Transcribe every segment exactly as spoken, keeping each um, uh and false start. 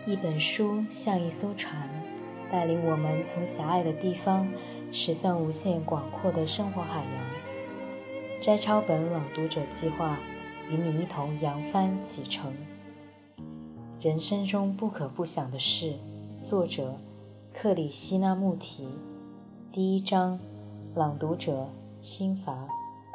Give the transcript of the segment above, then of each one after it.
一本书像一艘船，带领我们从狭隘的地方驶向无限广阔的生活海洋。摘抄本朗读者计划与你一同扬帆启程。人生中不可不想的事，作者克里希那穆提。第一章，朗读者辛伐。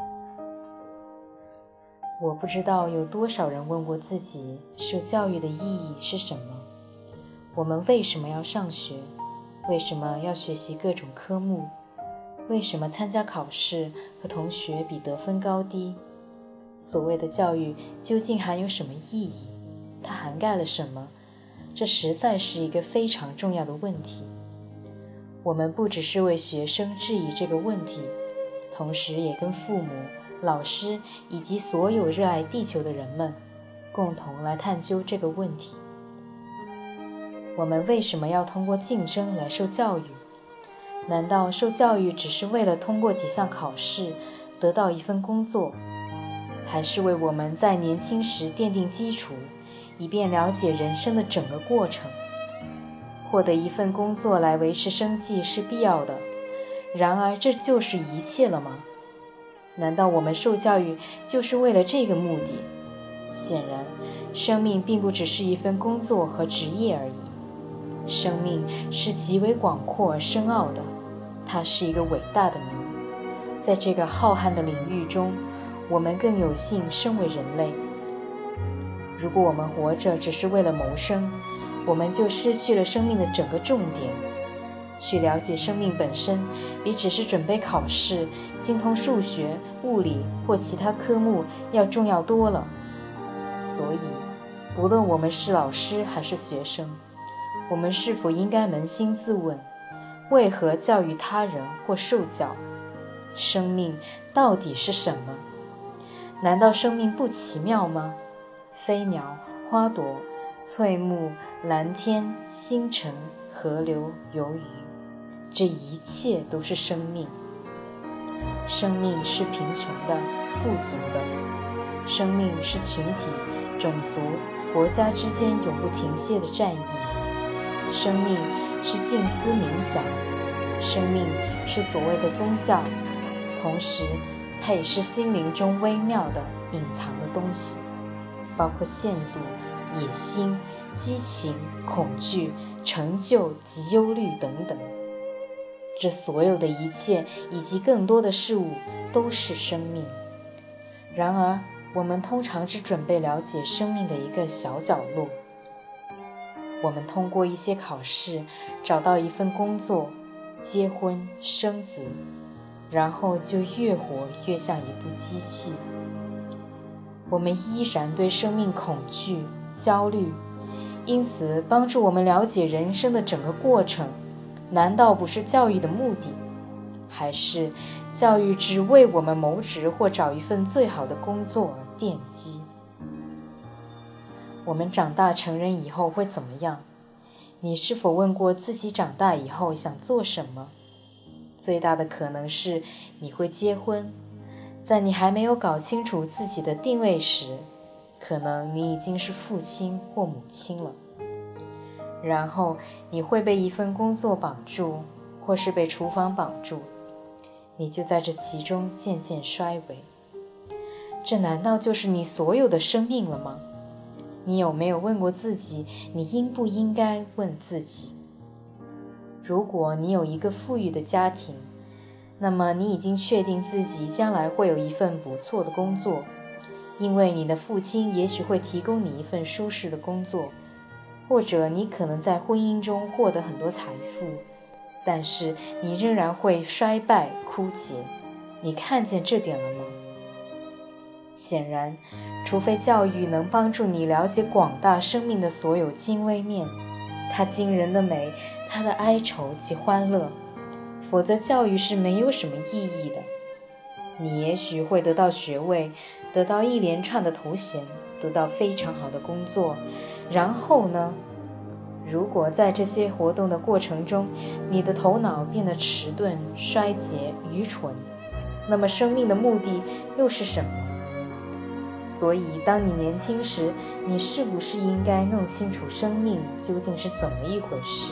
我不知道有多少人问过自己，受教育的意义是什么？我们为什么要上学？为什么要学习各种科目？为什么参加考试和同学比得分高低？所谓的教育究竟含有什么意义？它涵盖了什么？这实在是一个非常重要的问题。我们不只是为学生质疑这个问题，同时也跟父母、老师以及所有热爱地球的人们共同来探究这个问题。我们为什么要通过竞争来受教育？难道受教育只是为了通过几项考试得到一份工作，还是为我们在年轻时奠定基础，以便了解人生的整个过程？获得一份工作来维持生计是必要的，然而这就是一切了吗？难道我们受教育就是为了这个目的？显然，生命并不只是一份工作和职业而已。生命是极为广阔而深奥的，它是一个伟大的谜。在这个浩瀚的领域中，我们更有幸身为人类。如果我们活着只是为了谋生，我们就失去了生命的整个重点。去了解生命本身，比只是准备考试、精通数学、物理或其他科目要重要多了。所以，不论我们是老师还是学生，我们是否应该扪心自问，为何教育他人或受教？生命到底是什么？难道生命不奇妙吗？飞鸟、花朵、翠木、蓝天、星辰、河流、游鱼，这一切都是生命。生命是贫穷的、富足的，生命是群体、种族、国家之间永不停歇的战役。生命是静思冥想，生命是所谓的宗教，同时它也是心灵中微妙的隐藏的东西，包括限度、野心、激情、恐惧、成就及忧虑等等。这所有的一切以及更多的事物都是生命。然而我们通常只准备了解生命的一个小角落。我们通过一些考试找到一份工作，结婚生子，然后就越活越像一部机器。我们依然对生命恐惧、焦虑，因此帮助我们了解人生的整个过程，难道不是教育的目的？还是教育只为我们谋职或找一份最好的工作而奠基？我们长大成人以后会怎么样？你是否问过自己长大以后想做什么？最大的可能是你会结婚，在你还没有搞清楚自己的定位时，可能你已经是父亲或母亲了。然后你会被一份工作绑住，或是被厨房绑住，你就在这其中渐渐衰微。这难道就是你所有的生命了吗？你有没有问过自己，你应不应该问自己？如果你有一个富裕的家庭，那么你已经确定自己将来会有一份不错的工作，因为你的父亲也许会提供你一份舒适的工作，或者你可能在婚姻中获得很多财富，但是你仍然会衰败枯竭。你看见这点了吗？显然，除非教育能帮助你了解广大生命的所有精微面，它惊人的美，它的哀愁及欢乐，否则教育是没有什么意义的。你也许会得到学位，得到一连串的头衔，得到非常好的工作，然后呢？如果在这些活动的过程中，你的头脑变得迟钝、衰竭、愚蠢，那么生命的目的又是什么？ 所以当你年轻时，你是不是应该弄清楚生命究竟是怎么一回事？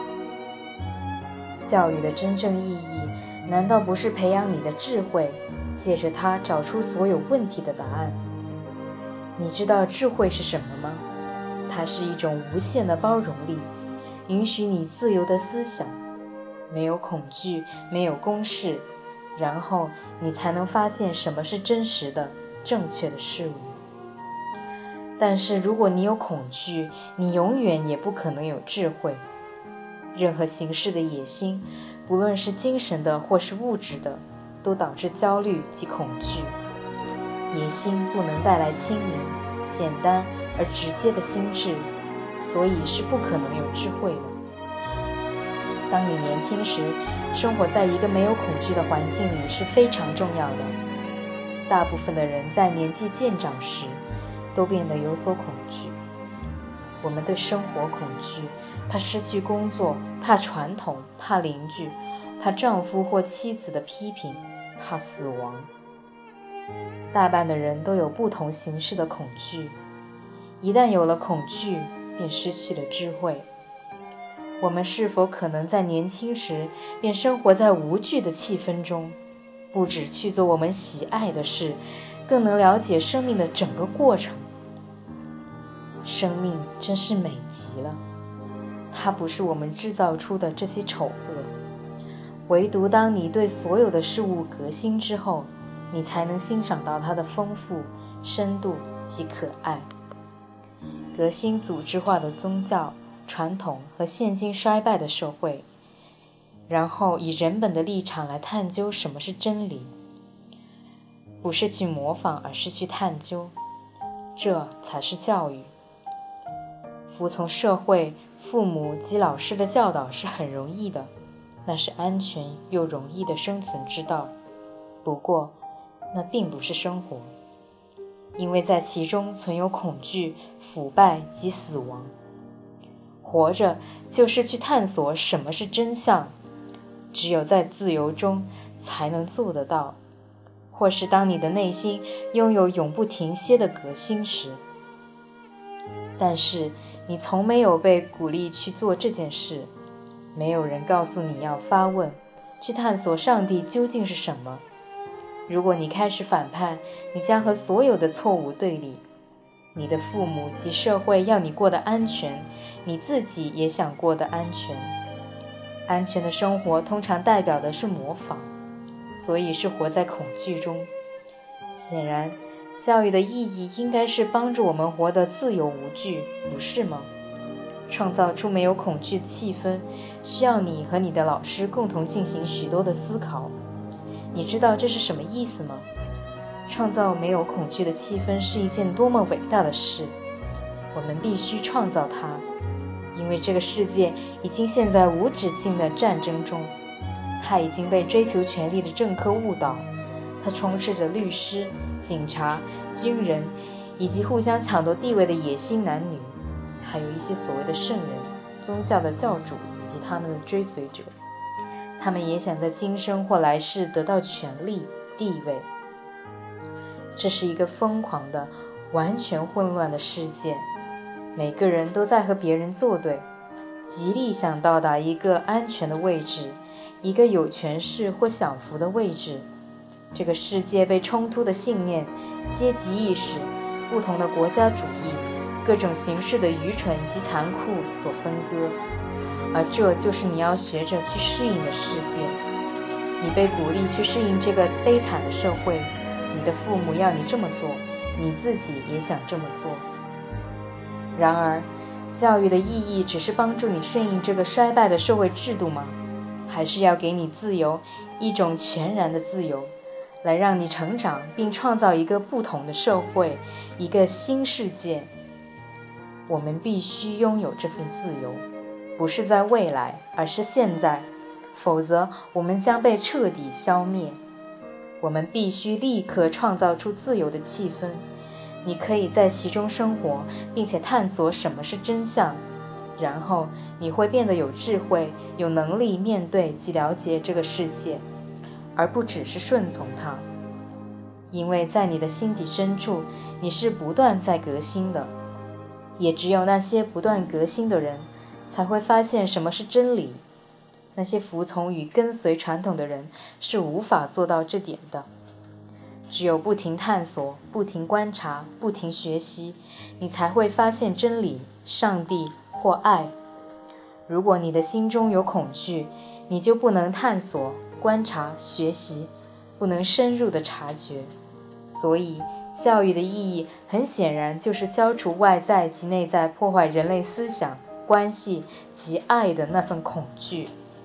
教育的真正意义，难道不是培养你的智慧，借着它找出所有问题的答案？你知道智慧是什么吗？它是一种无限的包容力，允许你自由的思想，没有恐惧，没有公式，然后你才能发现什么是真实的、正确的事物。但是如果你有恐惧，你永远也不可能有智慧。任何形式的野心，不论是精神的或是物质的，都导致焦虑及恐惧。野心不能带来清明、简单而直接的心智，所以是不可能有智慧的。当你年轻时，生活在一个没有恐惧的环境里是非常重要的。大部分的人在年纪渐长时，都变得有所恐惧。我们对生活恐惧，怕失去工作，怕传统，怕邻居，怕丈夫或妻子的批评，怕死亡。大半的人都有不同形式的恐惧，一旦有了恐惧，便失去了智慧。我们是否可能在年轻时便生活在无惧的气氛中，不只去做我们喜爱的事，更能了解生命的整个过程？生命真是美极了，它不是我们制造出的这些丑恶。唯独当你对所有的事物革新之后，你才能欣赏到它的丰富、深度及可爱。革新组织化的宗教、传统和现今衰败的社会，然后以人本的立场来探究什么是真理，不是去模仿，而是去探究，这才是教育。服从社会、父母及老师的教导是很容易的，那是安全又容易的生存之道。不过，那并不是生活，因为在其中存有恐惧、腐败及死亡。活着就是去探索什么是真相，只有在自由中才能做得到，或是当你的内心拥有永不停歇的革新时。但是你从没有被鼓励去做这件事，没有人告诉你要发问，去探索上帝究竟是什么。如果你开始反叛，你将和所有的错误对立。你的父母及社会要你过得安全，你自己也想过得安全。安全的生活通常代表的是模仿，所以是活在恐惧中。显然，教育的意义应该是帮助我们活得自由无惧，不是吗？创造出没有恐惧的气氛，需要你和你的老师共同进行许多的思考。你知道这是什么意思吗？创造没有恐惧的气氛是一件多么伟大的事，我们必须创造它，因为这个世界已经陷在无止境的战争中，它已经被追求权力的政客误导，它充斥着律师、警察、军人以及互相抢夺地位的野心男女，还有一些所谓的圣人、宗教的教主以及他们的追随者，他们也想在今生或来世得到权力、地位。这是一个疯狂的、完全混乱的世界，每个人都在和别人作对，极力想到达一个安全的位置，一个有权势或享福的位置。这个世界被冲突的信念、阶级意识、不同的国家主义、各种形式的愚蠢及残酷所分割，而这就是你要学着去适应的世界。你被鼓励去适应这个悲惨的社会，你的父母要你这么做，你自己也想这么做。然而，教育的意义只是帮助你适应这个衰败的社会制度吗？还是要给你自由，一种全然的自由，来让你成长并创造一个不同的社会，一个新世界？我们必须拥有这份自由，不是在未来，而是现在，否则我们将被彻底消灭。我们必须立刻创造出自由的气氛，你可以在其中生活，并且探索什么是真相，然后你会变得有智慧，有能力面对及了解这个世界，而不只是顺从它。 因为在你的心底深处，你是不断在革新的。也只有那些不断革新的人，才会发现什么是真理。那些服从与跟随传统的人是无法做到这点的。只有不停探索、不停观察、不停学习，你才会发现真理、上帝或爱。如果你的心中有恐惧，你就不能探索、观察、学习，不能深入的察觉。所以教育的意义很显然就是消除外在及内在破坏人类思想、关系及爱的那份恐惧。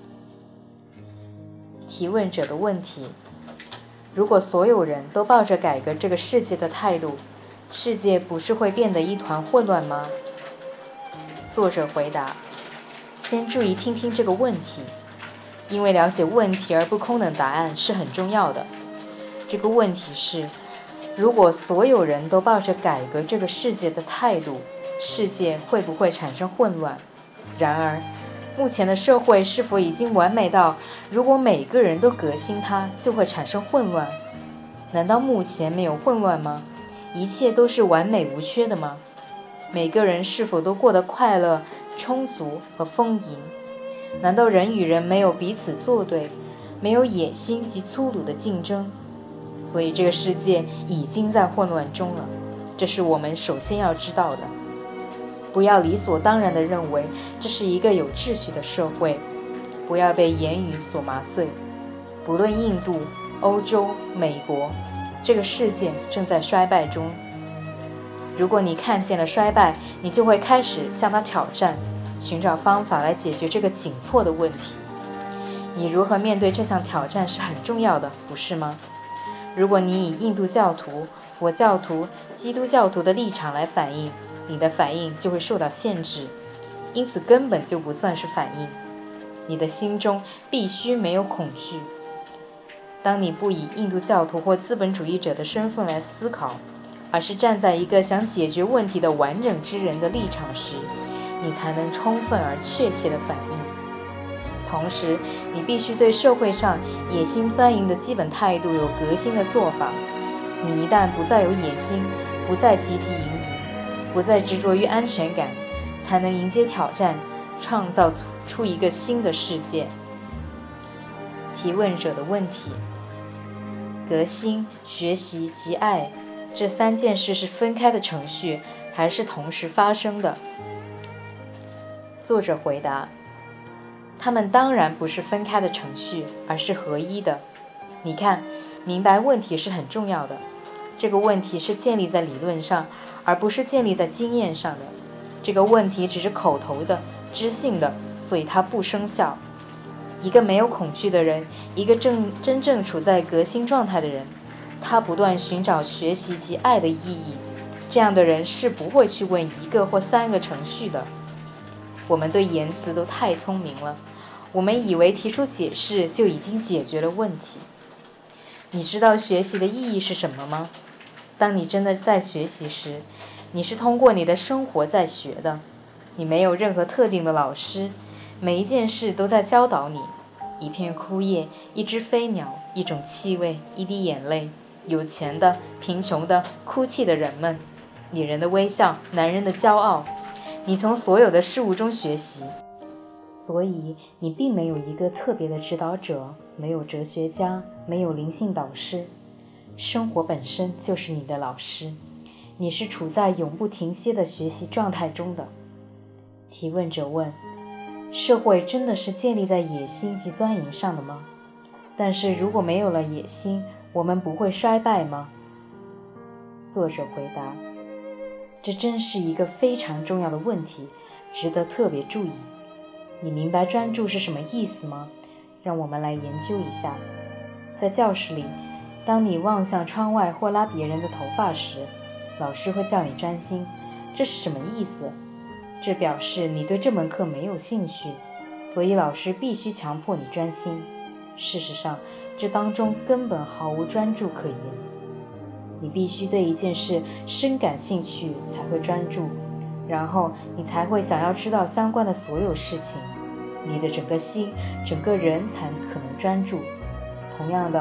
提问者的问题：如果所有人都抱着改革这个世界的态度，世界不是会变得一团混乱吗？作者回答：先注意听听这个问题，因为了解问题而不空的答案是很重要的。这个问题是，如果所有人都抱着改革这个世界的态度，世界会不会产生混乱？然而，目前的社会是否已经完美到，如果每个人都革新它，就会产生混乱？难道目前没有混乱吗？一切都是完美无缺的吗？每个人是否都过得快乐、充足和丰盈？难道人与人没有彼此作对，没有野心及粗鲁的竞争？所以这个世界已经在混乱中了，这是我们首先要知道的。不要理所当然地认为这是一个有秩序的社会，不要被言语所麻醉。不论印度、欧洲、美国，这个世界正在衰败中。如果你看见了衰败，你就会开始向它挑战，寻找方法来解决这个紧迫的问题。你如何面对这项挑战是很重要的，不是吗？如果你以印度教徒、佛教徒、基督教徒的立场来反应，你的反应就会受到限制，因此根本就不算是反应。你的心中必须没有恐惧。当你不以印度教徒或资本主义者的身份来思考，而是站在一个想解决问题的完整之人的立场时，你才能充分而确切的反应。同时，你必须对社会上野心钻营的基本态度有革新的做法。你一旦不再有野心，不再积极营营，不再执着于安全感，才能迎接挑战，创造出一个新的世界。提问者的问题：革新、学习及爱，这三件事是分开的程序，还是同时发生的？作者回答：它们当然不是分开的程序，而是合一的。你看，明白问题是很重要的。这个问题是建立在理论上，而不是建立在经验上的。这个问题只是口头的、知性的，所以它不生效。一个没有恐惧的人，一个正真正处在革新状态的人，他不断寻找学习及爱的意义，这样的人是不会去问一个或三个程序的。我们对言辞都太聪明了，我们以为提出解释就已经解决了问题。你知道学习的意义是什么吗？当你真的在学习时，你是通过你的生活在学的。你没有任何特定的老师，每一件事都在教导你。一片枯叶，一只飞鸟，一种气味，一滴眼泪，有钱的、贫穷的、哭泣的人们，女人的微笑，男人的骄傲。你从所有的事物中学习，所以你并没有一个特别的指导者，没有哲学家，没有灵性导师。生活本身就是你的老师，你是处在永不停歇的学习状态中的。提问者问：社会真的是建立在野心及钻营上的吗？但是如果没有了野心，我们不会衰败吗？作者回答：这真是一个非常重要的问题，值得特别注意。你明白专注是什么意思吗？让我们来研究一下。在教室里，当你望向窗外或拉别人的头发时，老师会叫你专心，这是什么意思？这表示你对这门课没有兴趣，所以老师必须强迫你专心。事实上，这当中根本毫无专注可言。你必须对一件事深感兴趣才会专注，然后你才会想要知道相关的所有事情，你的整个心、整个人才可能专注。同样的，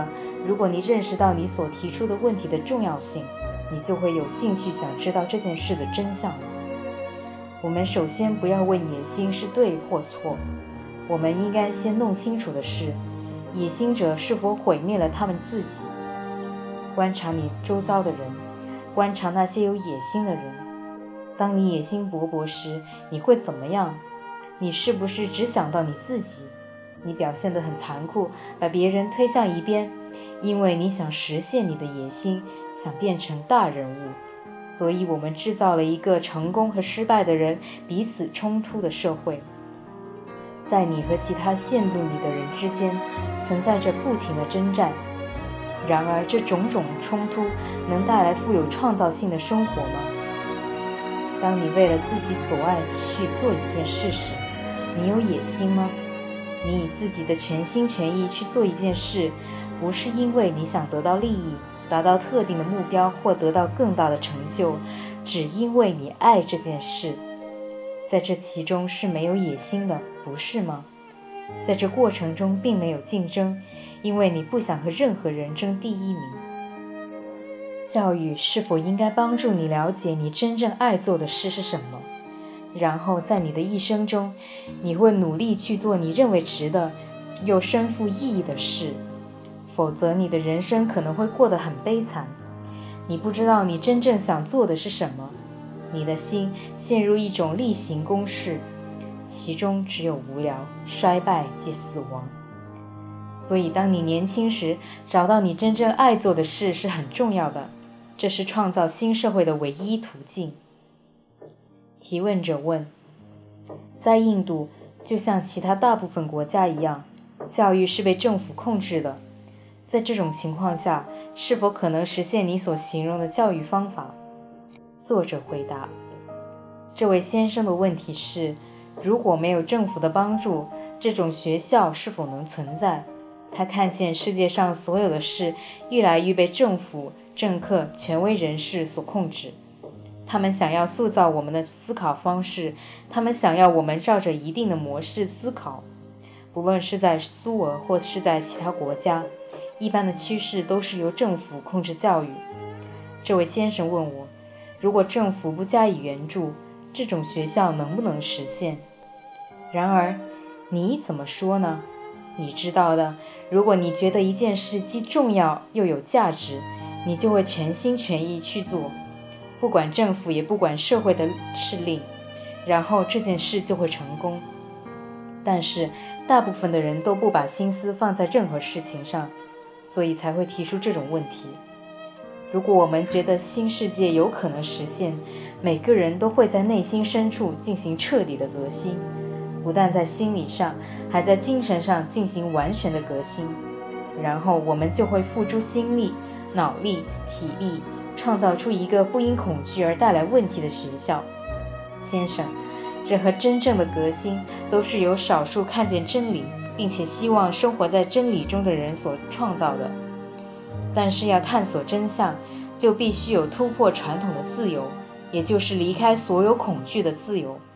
如果你认识到你所提出的问题的重要性，你就会有兴趣想知道这件事的真相了。我们首先不要问野心是对或错，我们应该先弄清楚的是，野心者是否毁灭了他们自己。观察你周遭的人，观察那些有野心的人。当你野心勃勃时，你会怎么样？你是不是只想到你自己？你表现得很残酷，把别人推向一边，因为你想实现你的野心，想变成大人物。所以我们制造了一个成功和失败的人彼此冲突的社会。在你和其他羡慕你的人之间存在着不停的征战，然而这种种冲突能带来富有创造性的生活吗？当你为了自己所爱去做一件事时，你有野心吗？你以自己的全心全意去做一件事，不是因为你想得到利益，达到特定的目标或得到更大的成就，只因为你爱这件事。在这其中是没有野心的，不是吗？在这过程中并没有竞争，因为你不想和任何人争第一名。教育是否应该帮助你了解你真正爱做的事是什么？然后在你的一生中，你会努力去做你认为值得又深富意义的事，否则你的人生可能会过得很悲惨。你不知道你真正想做的是什么，你的心陷入一种例行公事，其中只有无聊、衰败及死亡。所以当你年轻时，找到你真正爱做的事是很重要的，这是创造新社会的唯一途径。提问者问：在印度，就像其他大部分国家一样，教育是被政府控制的。在这种情况下，是否可能实现你所形容的教育方法？作者回答：这位先生的问题是，如果没有政府的帮助，这种学校是否能存在？他看见世界上所有的事越来越被政府、政客、权威人士所控制。他们想要塑造我们的思考方式，他们想要我们照着一定的模式思考。不论是在苏俄或是在其他国家，一般的趋势都是由政府控制教育。这位先生问我，如果政府不加以援助，这种学校能不能实现？然而，你怎么说呢？你知道的，如果你觉得一件事既重要又有价值，你就会全心全意去做，不管政府也不管社会的敕令，然后这件事就会成功。但是大部分的人都不把心思放在任何事情上，所以才会提出这种问题。如果我们觉得新世界有可能实现，每个人都会在内心深处进行彻底的革新，不但在心理上，还在精神上进行完全的革新，然后我们就会付诸心力、脑力、体力，创造出一个不因恐惧而带来问题的学校。先生，任何真正的革新都是由少数看见真理并且希望生活在真理中的人所创造的。但是要探索真相，就必须有突破传统的自由，也就是离开所有恐惧的自由。